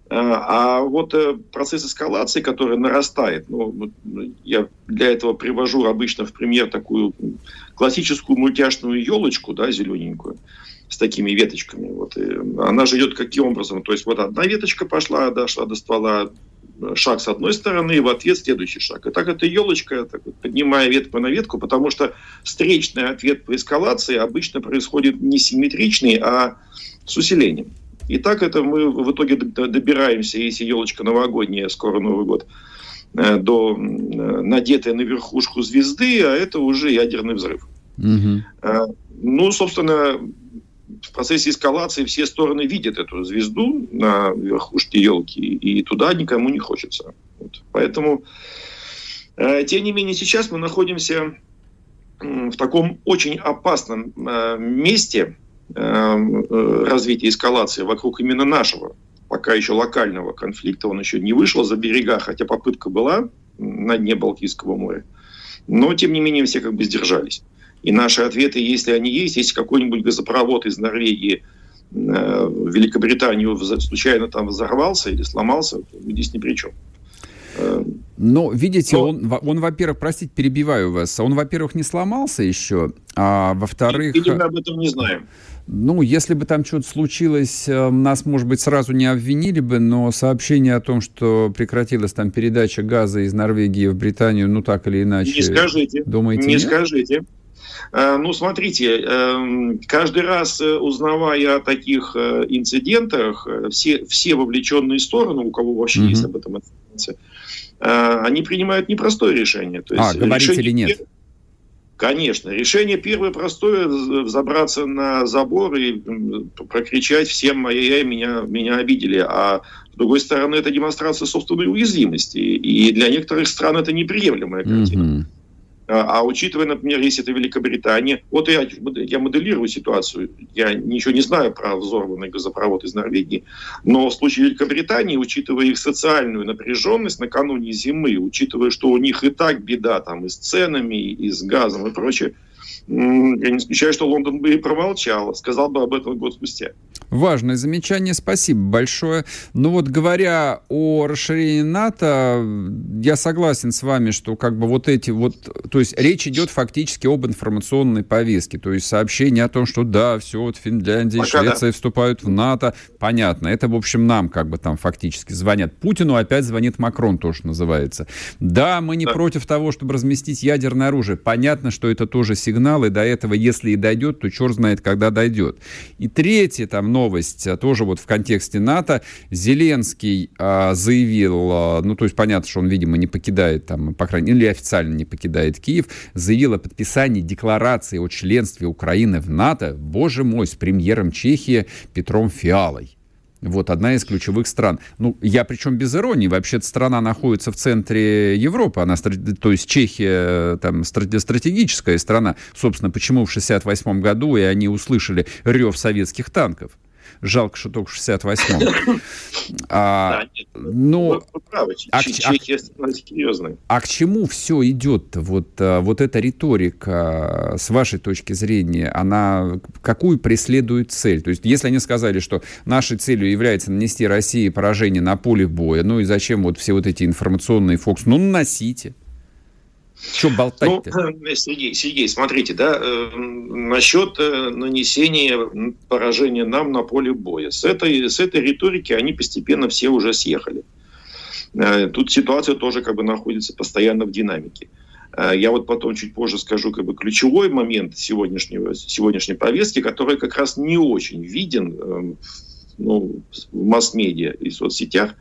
Процесс эскалации, который нарастает, я для этого привожу обычно в пример такую классическую мультяшную елочку, зелененькую, с такими веточками. Она же идет каким образом? То есть одна веточка пошла, дошла до ствола, шаг с одной стороны, и в ответ следующий шаг. И так эта елочка, поднимая ветку на ветку, потому что встречный ответ по эскалации обычно происходит не симметричный, а с усилением. И так это мы в итоге добираемся, если елочка новогодняя, скоро Новый год, до надетой на верхушку звезды, а это уже ядерный взрыв. Угу. Собственно, в процессе эскалации все стороны видят эту звезду на верхушке елки, и туда никому не хочется. Поэтому, тем не менее, сейчас мы находимся в таком очень опасном месте развития эскалации вокруг именно нашего, пока еще локального конфликта. Он еще не вышел за берега, хотя попытка была на дне Балтийского моря. Но, тем не менее, все сдержались. И наши ответы, если они есть, если какой-нибудь газопровод из Норвегии в Великобританию случайно там взорвался или сломался, то здесь ни при чем. Но, видите, он, во-первых, простите, перебиваю вас, он, во-первых, не сломался еще, а во-вторых... Или мы об этом не знаем. Если бы там что-то случилось, нас, может быть, сразу не обвинили бы, но сообщение о том, что прекратилась там передача газа из Норвегии в Британию, так или иначе... Не скажите. Думаете, не нет? Скажите. Смотрите, каждый раз, узнавая о таких инцидентах, все вовлеченные стороны, у кого вообще есть об этом информация, они принимают непростое решение. То есть говорить или нет? Конечно. Решение первое простое – взобраться на забор и прокричать всем меня обидели. А с другой стороны, это демонстрация собственной уязвимости. И для некоторых стран это неприемлемая картина. А учитывая, например, если это Великобритания, я моделирую ситуацию, я ничего не знаю про взорванный газопровод из Норвегии, но в случае Великобритании, учитывая их социальную напряженность накануне зимы, учитывая, что у них и так беда там и с ценами, и с газом и прочее, я не исключаю, что Лондон бы и промолчал, сказал бы об этом год спустя. Важное замечание, спасибо большое. Ну вот, говоря о расширении НАТО, я согласен с вами, что как бы вот эти вот... То есть речь идет фактически об информационной повестке, то есть сообщение о том, что да, все, вот Финляндия и Швеция вступают в НАТО, понятно. Это, в общем, нам как бы там фактически звонят. Путину опять звонит Макрон, тоже называется. Да, мы не против того, чтобы разместить ядерное оружие. Понятно, что это тоже сигнал, и до этого, если и дойдет, то черт знает, когда дойдет. И третье, там, новость, тоже вот в контексте НАТО. Зеленский заявил, ну, то есть понятно, что он, видимо, не покидает там, по крайней мере, или официально не покидает Киев, заявил о подписании декларации о членстве Украины в НАТО, боже мой, с премьером Чехии Петром Фиалой. Вот одна из ключевых стран. Ну, я причем без иронии. Вообще-то страна находится в центре Европы. Она, то есть Чехия там стратегическая страна. Собственно, почему в 1968 году и они услышали рев советских танков. Жалко, что только в 68-м. Вы правы, Чехия серьезная. А к чему все идет? Вот эта риторика, с вашей точки зрения, она какую преследует цель? То есть, если они сказали, что нашей целью является нанести России поражение на поле боя, ну и зачем вот все вот эти информационные фокусы? Ну, наносите. Что болтать-то? Ну, Сергей, смотрите, да, насчет нанесения поражения нам на поле боя. С этой риторики они постепенно все уже съехали. Тут ситуация тоже как бы находится постоянно в динамике. Я вот потом чуть позже скажу как бы ключевой момент сегодняшней повестки, который как раз не очень виден в масс-медиа и соцсетях.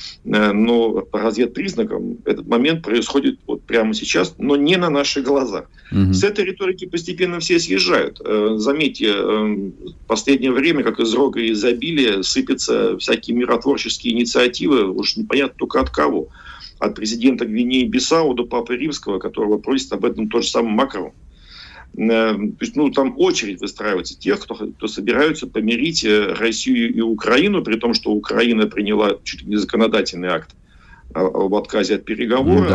Но по разведпризнакам этот момент происходит вот прямо сейчас, но не на наших глазах. С этой риторики постепенно все съезжают. Заметьте, в последнее время, как из рога изобилия, сыпятся всякие миротворческие инициативы, уж непонятно только от кого. От президента Гвинеи-Бисау до Папы Римского, которого просит об этом тот же самый Макрон. То есть, там очередь выстраивается тех, кто собираются помирить Россию и Украину, при том, что Украина приняла чуть ли не законодательный акт об отказе от переговоров,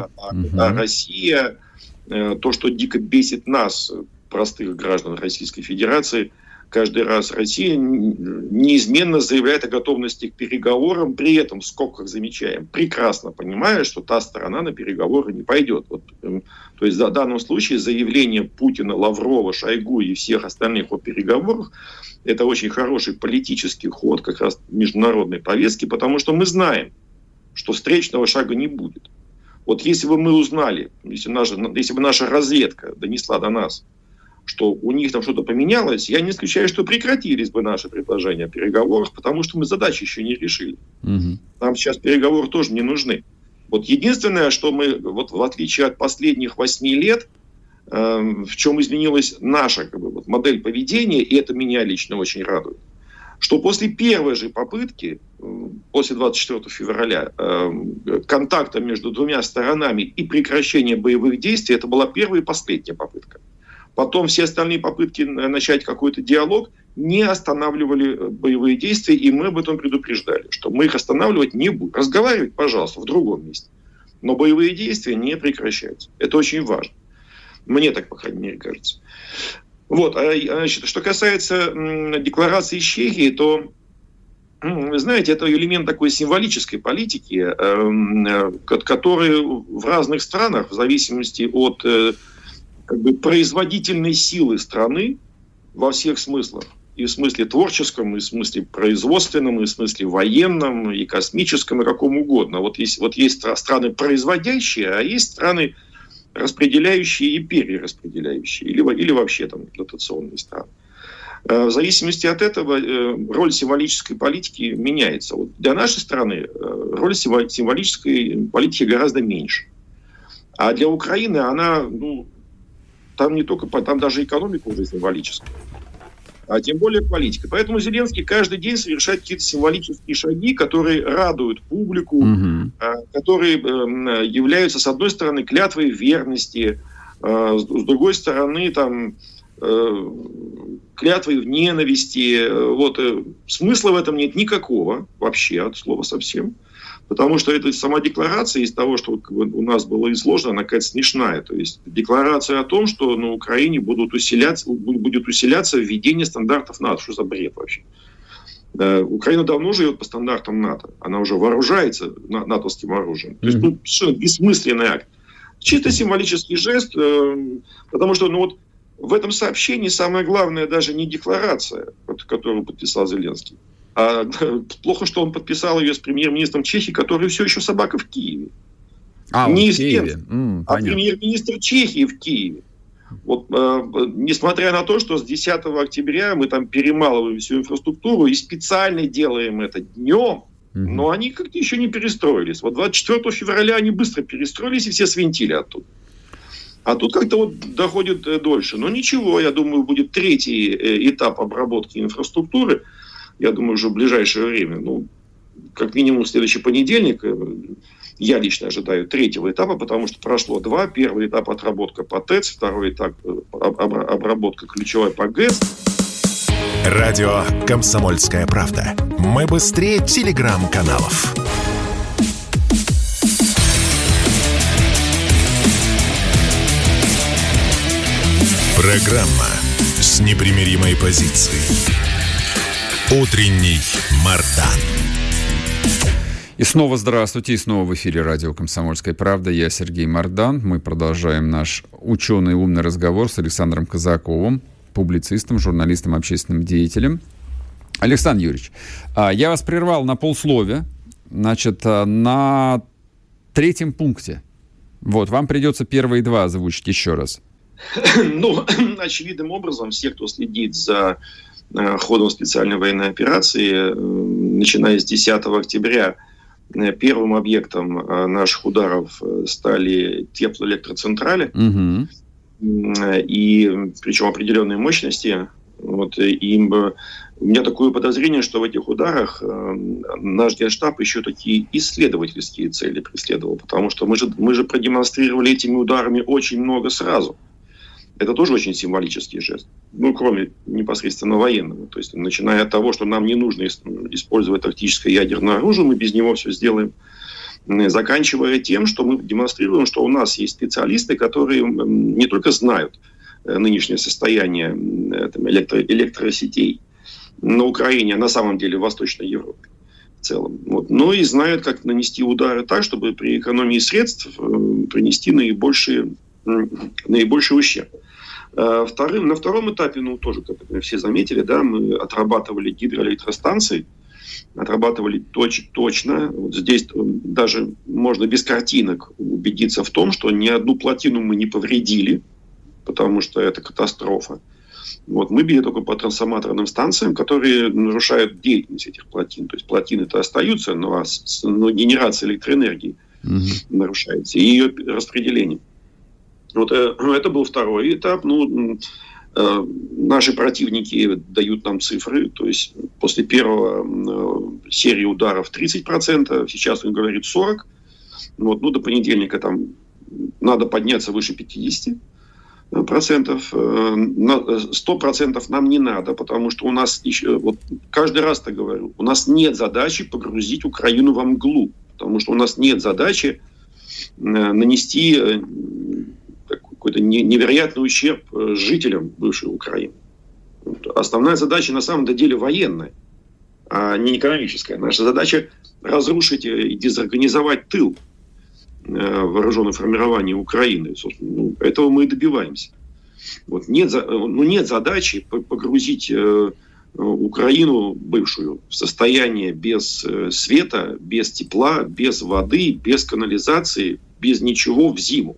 а Россия, то, что дико бесит нас, простых граждан Российской Федерации, каждый раз Россия неизменно заявляет о готовности к переговорам, при этом, в скобках замечаем, прекрасно понимая, что та сторона на переговоры не пойдет. То есть в данном случае заявление Путина, Лаврова, Шойгу и всех остальных о переговорах – это очень хороший политический ход как раз международной повестки, потому что мы знаем, что встречного шага не будет. Вот если бы мы узнали, если бы наша разведка донесла до нас, что у них там что-то поменялось, я не исключаю, что прекратились бы наши предложения о переговорах, потому что мы задачи еще не решили. Нам сейчас переговоры тоже не нужны. Вот единственное, что мы, вот в отличие от последних 8 лет, в чем изменилась наша модель поведения, и это меня лично очень радует, что после первой же попытки, после 24 февраля, контакта между двумя сторонами и прекращения боевых действий, это была первая и последняя попытка. Потом все остальные попытки начать какой-то диалог не останавливали боевые действия, и мы об этом предупреждали, что мы их останавливать не будем. Разговаривать, пожалуйста, в другом месте. Но боевые действия не прекращаются. Это очень важно. Мне так, по крайней мере, кажется. Вот. Значит, что касается декларации Чехии, то, вы знаете, это элемент такой символической политики, который в разных странах, в зависимости от производительной силы страны во всех смыслах, и в смысле творческом, и в смысле производственном, и в смысле военном, и космическом, и каком угодно. Вот есть страны производящие, а есть страны распределяющие и перераспределяющие, или вообще там дотационные страны. В зависимости от этого роль символической политики меняется. Вот для нашей страны роль символической политики гораздо меньше. А для Украины она, там не только, там даже экономика уже символическая, а тем более политика. Поэтому Зеленский каждый день совершает какие-то символические шаги, которые радуют публику, которые являются, с одной стороны, клятвой верности, с другой стороны, клятвой в ненависти. Смысла в этом нет никакого, вообще, от слова совсем. Потому что эта сама декларация, из того, что у нас было изложено, она какая-то смешная. То есть декларация о том, что на Украине будет усиляться введение стандартов НАТО. Что за бред вообще? Украина давно живет по стандартам НАТО. Она уже вооружается натовским оружием. То есть, совершенно бессмысленный акт. Чисто символический жест, потому что в этом сообщении самое главное даже не декларация, которую подписал Зеленский, а плохо, что он подписал ее с премьер-министром Чехии, который все еще собака в Киеве. Не из Киеве, а премьер-министр Чехии в Киеве. Несмотря на то, что с 10 октября мы там перемалываем всю инфраструктуру и специально делаем это днем, но они как-то еще не перестроились. 24 февраля они быстро перестроились и все свинтили оттуда. А тут как-то доходит дольше. Но ничего, я думаю, будет третий этап обработки инфраструктуры. Я думаю, уже в ближайшее время. Как минимум в следующий понедельник. Я лично ожидаю третьего этапа, потому что прошло два. Первый этап отработка по ТЭЦ, второй этап обработка ключевой по ГЭС. Радио «Комсомольская правда». Мы быстрее телеграм-каналов. Программа с непримиримой позицией. Утренний Мардан. И снова здравствуйте, и снова в эфире радио «Комсомольская правда». Я Сергей Мардан. Мы продолжаем наш ученый умный разговор с Александром Казаковым, публицистом, журналистом, общественным деятелем. Александр Юрьевич, я вас прервал на полсловия. Значит, на третьем пункте. Вам придется первые два озвучить еще раз. Очевидным образом, все, кто следит за ходом специальной военной операции, начиная с 10 октября, первым объектом наших ударов стали теплоэлектроцентрали, и причем определенной мощности. У меня такое подозрение, что в этих ударах наш Генштаб еще такие исследовательские цели преследовал, потому что мы же продемонстрировали этими ударами очень много сразу. Это тоже очень символический жест. Кроме непосредственно военного. То есть, начиная от того, что нам не нужно использовать тактическое ядерное оружие, мы без него все сделаем. Заканчивая тем, что мы демонстрируем, что у нас есть специалисты, которые не только знают нынешнее состояние электросетей на Украине, а на самом деле в Восточной Европе в целом. Но и знают, как нанести удары так, чтобы при экономии средств принести наибольший ущерб. На втором этапе, тоже, как все заметили, мы отрабатывали гидроэлектростанции, отрабатывали точно. Здесь даже можно без картинок убедиться в том, что ни одну плотину мы не повредили, потому что это катастрофа. Мы били только по трансформаторным станциям, которые нарушают деятельность этих плотин. То есть плотины-то остаются, но генерация электроэнергии нарушается, и ее распределение. Это был второй этап. Наши противники дают нам цифры. То есть после первого серии ударов 30%, сейчас он говорит 40%. До понедельника там надо подняться выше 50%. 100% нам не надо, потому что у нас еще, каждый раз так говорю, у нас нет задачи погрузить Украину во мглу, потому что у нас нет задачи нанести какой-то невероятный ущерб жителям бывшей Украины. Основная задача на самом деле военная, а не экономическая. Наша задача разрушить и дезорганизовать тыл вооруженных формирований Украины. Собственно, этого мы и добиваемся. Нет задачи погрузить Украину бывшую в состояние без света, без тепла, без воды, без канализации, без ничего в зиму.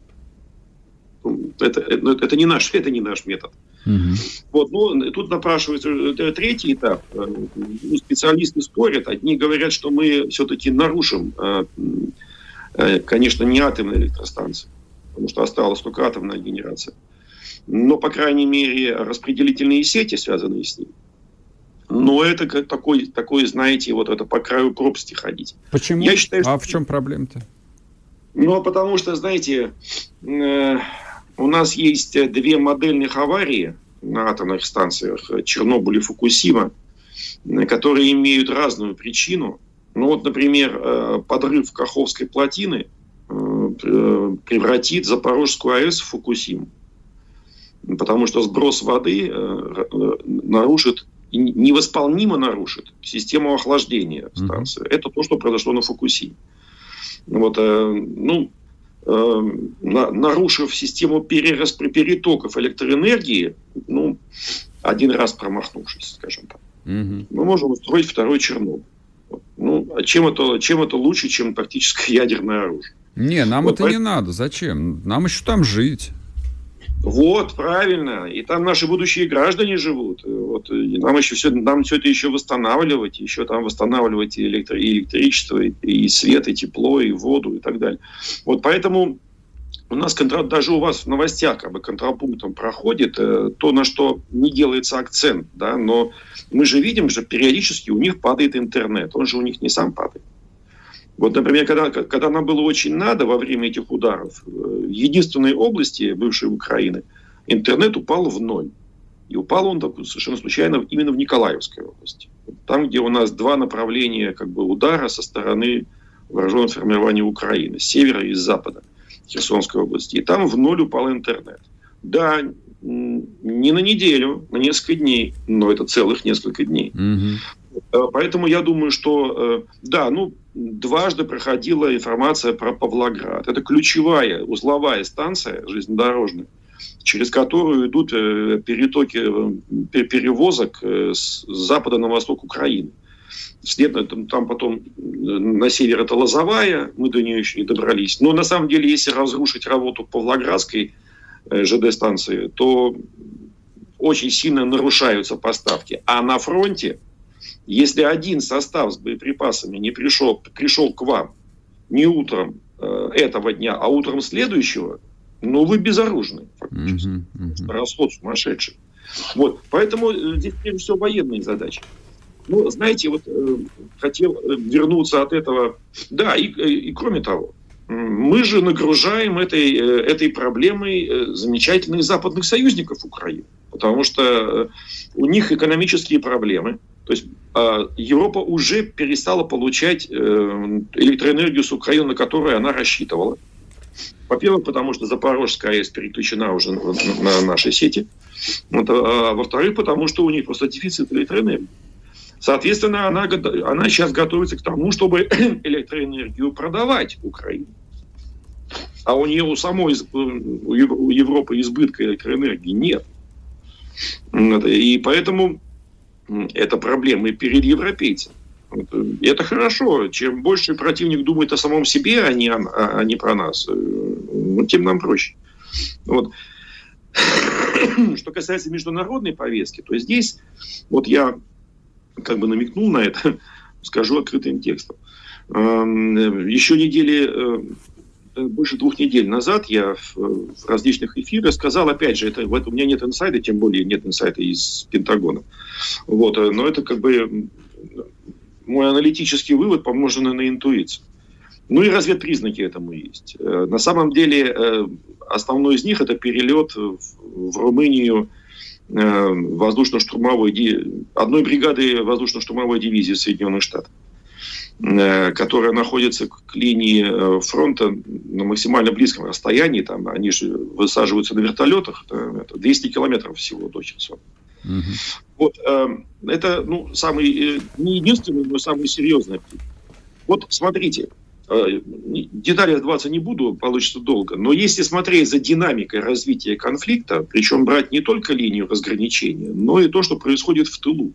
Это не наш метод. Тут напрашивается третий этап. Специалисты спорят. Одни говорят, что мы все-таки нарушим, конечно, не атомные электростанции, потому что осталась только атомная генерация, но, по крайней мере, распределительные сети, связанные с ним. Но это как такой, знаете, это по краю пропасти ходить. Почему? Я считаю, в чем проблема-то? Потому что, знаете, у нас есть две модельных аварии на атомных станциях, Чернобыль и Фукусима, которые имеют разную причину. Например, подрыв Каховской плотины превратит Запорожскую АЭС в Фукусиму. Потому что сброс воды нарушит невосполнимо нарушит систему охлаждения станции. Это то, что произошло на Фукусиме. Вот, нарушив систему перетоков электроэнергии, один раз промахнувшись, скажем так, мы можем устроить второй Чернобыль. А чем это лучше, чем тактическое ядерное оружие? Не, нам это не надо. Зачем? Нам еще там жить. Вот, правильно. И там наши будущие граждане живут. Вот. И нам все это еще восстанавливать. Еще там восстанавливать и электричество, и свет, и тепло, и воду, и так далее. Вот поэтому у нас даже у вас в новостях как бы контрапунктом проходит то, на что не делается акцент. Да? Но мы же видим, что периодически у них падает интернет. Он же у них не сам падает. Вот, например, когда нам было очень надо во время этих ударов, в единственной области бывшей Украины интернет упал в ноль. И упал он совершенно случайно именно в Николаевской области. Там, где у нас два направления как бы удара со стороны вооруженного формирования Украины. С севера и с запада Херсонской области. И там в ноль упал интернет. Да, не на неделю, на несколько дней, но это целых несколько дней. Поэтому я думаю, что дважды проходила информация про Павлоград. Это ключевая узловая станция железнодорожная, через которую идут перетоки перевозок с запада на восток Украины. Там потом на север это Лозовая, мы до нее еще не добрались. Но на самом деле, если разрушить работу Павлоградской ЖД-станции, то очень сильно нарушаются поставки. А на фронте, если один состав с боеприпасами не пришел к вам не утром этого дня, а утром следующего, вы безоружны фактически. Расход сумасшедший. Вот. Поэтому здесь прежде всего военные задачи. Знаете, хотел вернуться от этого. Да, и кроме того, мы же нагружаем этой проблемой замечательных западных союзников Украины. Потому что у них экономические проблемы. То есть Европа уже перестала получать электроэнергию с Украины, на которую она рассчитывала. Во-первых, потому что Запорожская АЭС переключена уже на наши сети. А во-вторых, потому что у них просто дефицит электроэнергии. Соответственно, она сейчас готовится к тому, чтобы электроэнергию продавать Украине. А у нее у Европы избытка электроэнергии нет. И поэтому это проблемы перед европейцами. И это хорошо. Чем больше противник думает о самом себе, а не про нас, тем нам проще. Вот. Что касается международной повестки, то здесь я как бы намекнул на это, скажу открытым текстом. Еще больше 2 недель назад я в различных эфирах сказал, опять же, у меня нет инсайда, тем более нет инсайда из Пентагона. Вот, но это как бы мой аналитический вывод, помноженный на интуицию. И разведпризнаки этому есть. На самом деле, основной из них — это перелет в Румынию одной бригады воздушно-штурмовой дивизии Соединенных Штатов, которая находится к линии фронта на максимально близком расстоянии. Там они же высаживаются на вертолетах. Это 200 километров всего до Херсона. Вот, это самый, не единственный, но самый серьезный. Вот смотрите, детали вдаваться не буду, получится долго, но если смотреть за динамикой развития конфликта, причем брать не только линию разграничения, но и то, что происходит в тылу.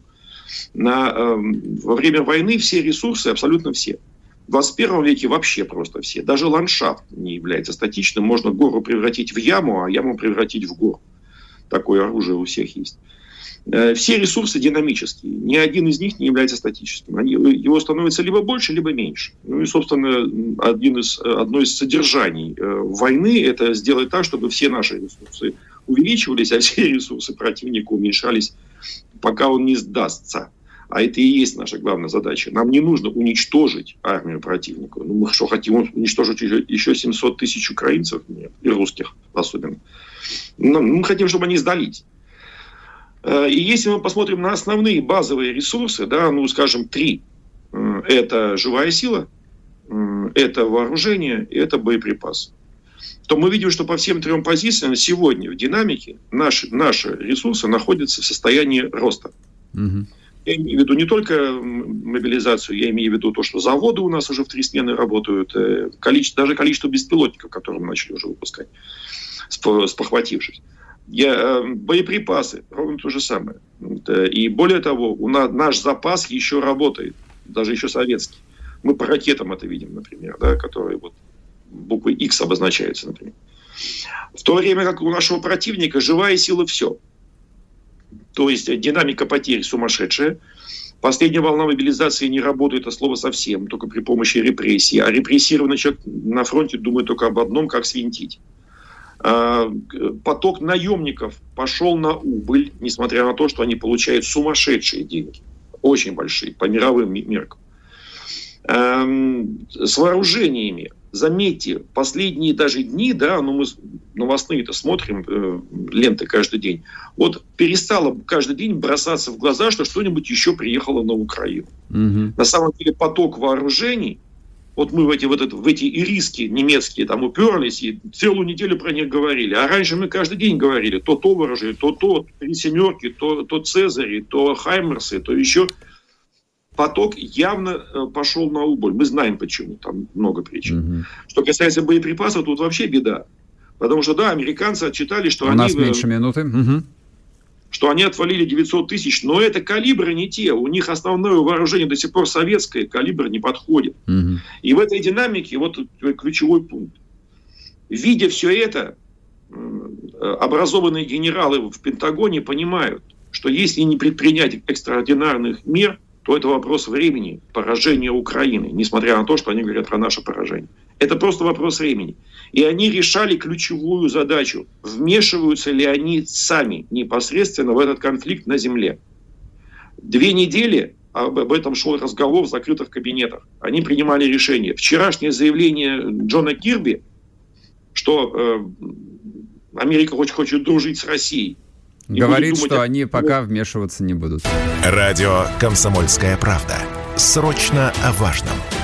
Во время войны все ресурсы, абсолютно все. В 21 веке вообще просто все. Даже ландшафт не является статичным. Можно гору превратить в яму, а яму превратить в гору. Такое оружие у всех есть. Все ресурсы динамические. Ни один из них не является статическим. Его становится либо больше, либо меньше. И, собственно, одно из содержаний войны – это сделать так, чтобы все наши ресурсы увеличивались, а все ресурсы противника уменьшались, пока он не сдастся. А это и есть наша главная задача. Нам не нужно уничтожить армию противника. Мы что, хотим уничтожить еще 700 тысяч украинцев? Нет, и русских особенно. Мы хотим, чтобы они сдались. И если мы посмотрим на основные базовые ресурсы, скажем, 3. Это живая сила, это вооружение и это боеприпасы. То мы видим, что по всем 3 позициям сегодня в динамике наши ресурсы находятся в состоянии роста. Я имею в виду не только мобилизацию, я имею в виду то, что заводы у нас уже в 3 смены работают, даже количество беспилотников, которые мы начали уже выпускать, спохватившись. Боеприпасы, ровно то же самое. И более того, наш запас еще работает, даже еще советский. Мы по ракетам это видим, например, да, которые вот буквой X обозначаются, например. В то время как у нашего противника живая сила все. То есть динамика потерь сумасшедшая. Последняя волна мобилизации не работает от слова совсем, только при помощи репрессий. А репрессированный человек на фронте думает только об одном, как свинтить. Поток наемников пошел на убыль, несмотря на то, что они получают сумасшедшие деньги. Очень большие, по мировым меркам. С вооружениями. Заметьте, последние даже дни, да, мы новостные-то смотрим, ленты каждый день, вот перестало каждый день бросаться в глаза, что что-нибудь еще приехало на Украину. На самом деле поток вооружений, вот мы в эти ириски немецкие там уперлись и целую неделю про них говорили. А раньше мы каждый день говорили, то вооружение, то 3 семерки, то Цезари, то Хаймерсы, то еще... Поток явно пошел на убыль. Мы знаем почему, там много причин. Что касается боеприпасов, тут вообще беда. Потому что, да, американцы отчитали, что У нас меньше минуты. Что они отвалили 900 тысяч, но это калибры не те. У них основное вооружение до сих пор советское, калибр не подходит. И в этой динамике вот ключевой пункт. Видя все это, образованные генералы в Пентагоне понимают, что если не предпринять экстраординарных мер, то это вопрос времени поражения Украины, несмотря на то, что они говорят про наше поражение. Это просто вопрос времени. И они решали ключевую задачу. Вмешиваются ли они сами непосредственно в этот конфликт на земле? 2 недели об этом шел разговор в закрытых кабинетах. Они принимали решение. Вчерашнее заявление Джона Кирби, что Америка хочет дружить с Россией, говорит, что они пока вмешиваться не будут. Радио «Комсомольская правда». Срочно о важном.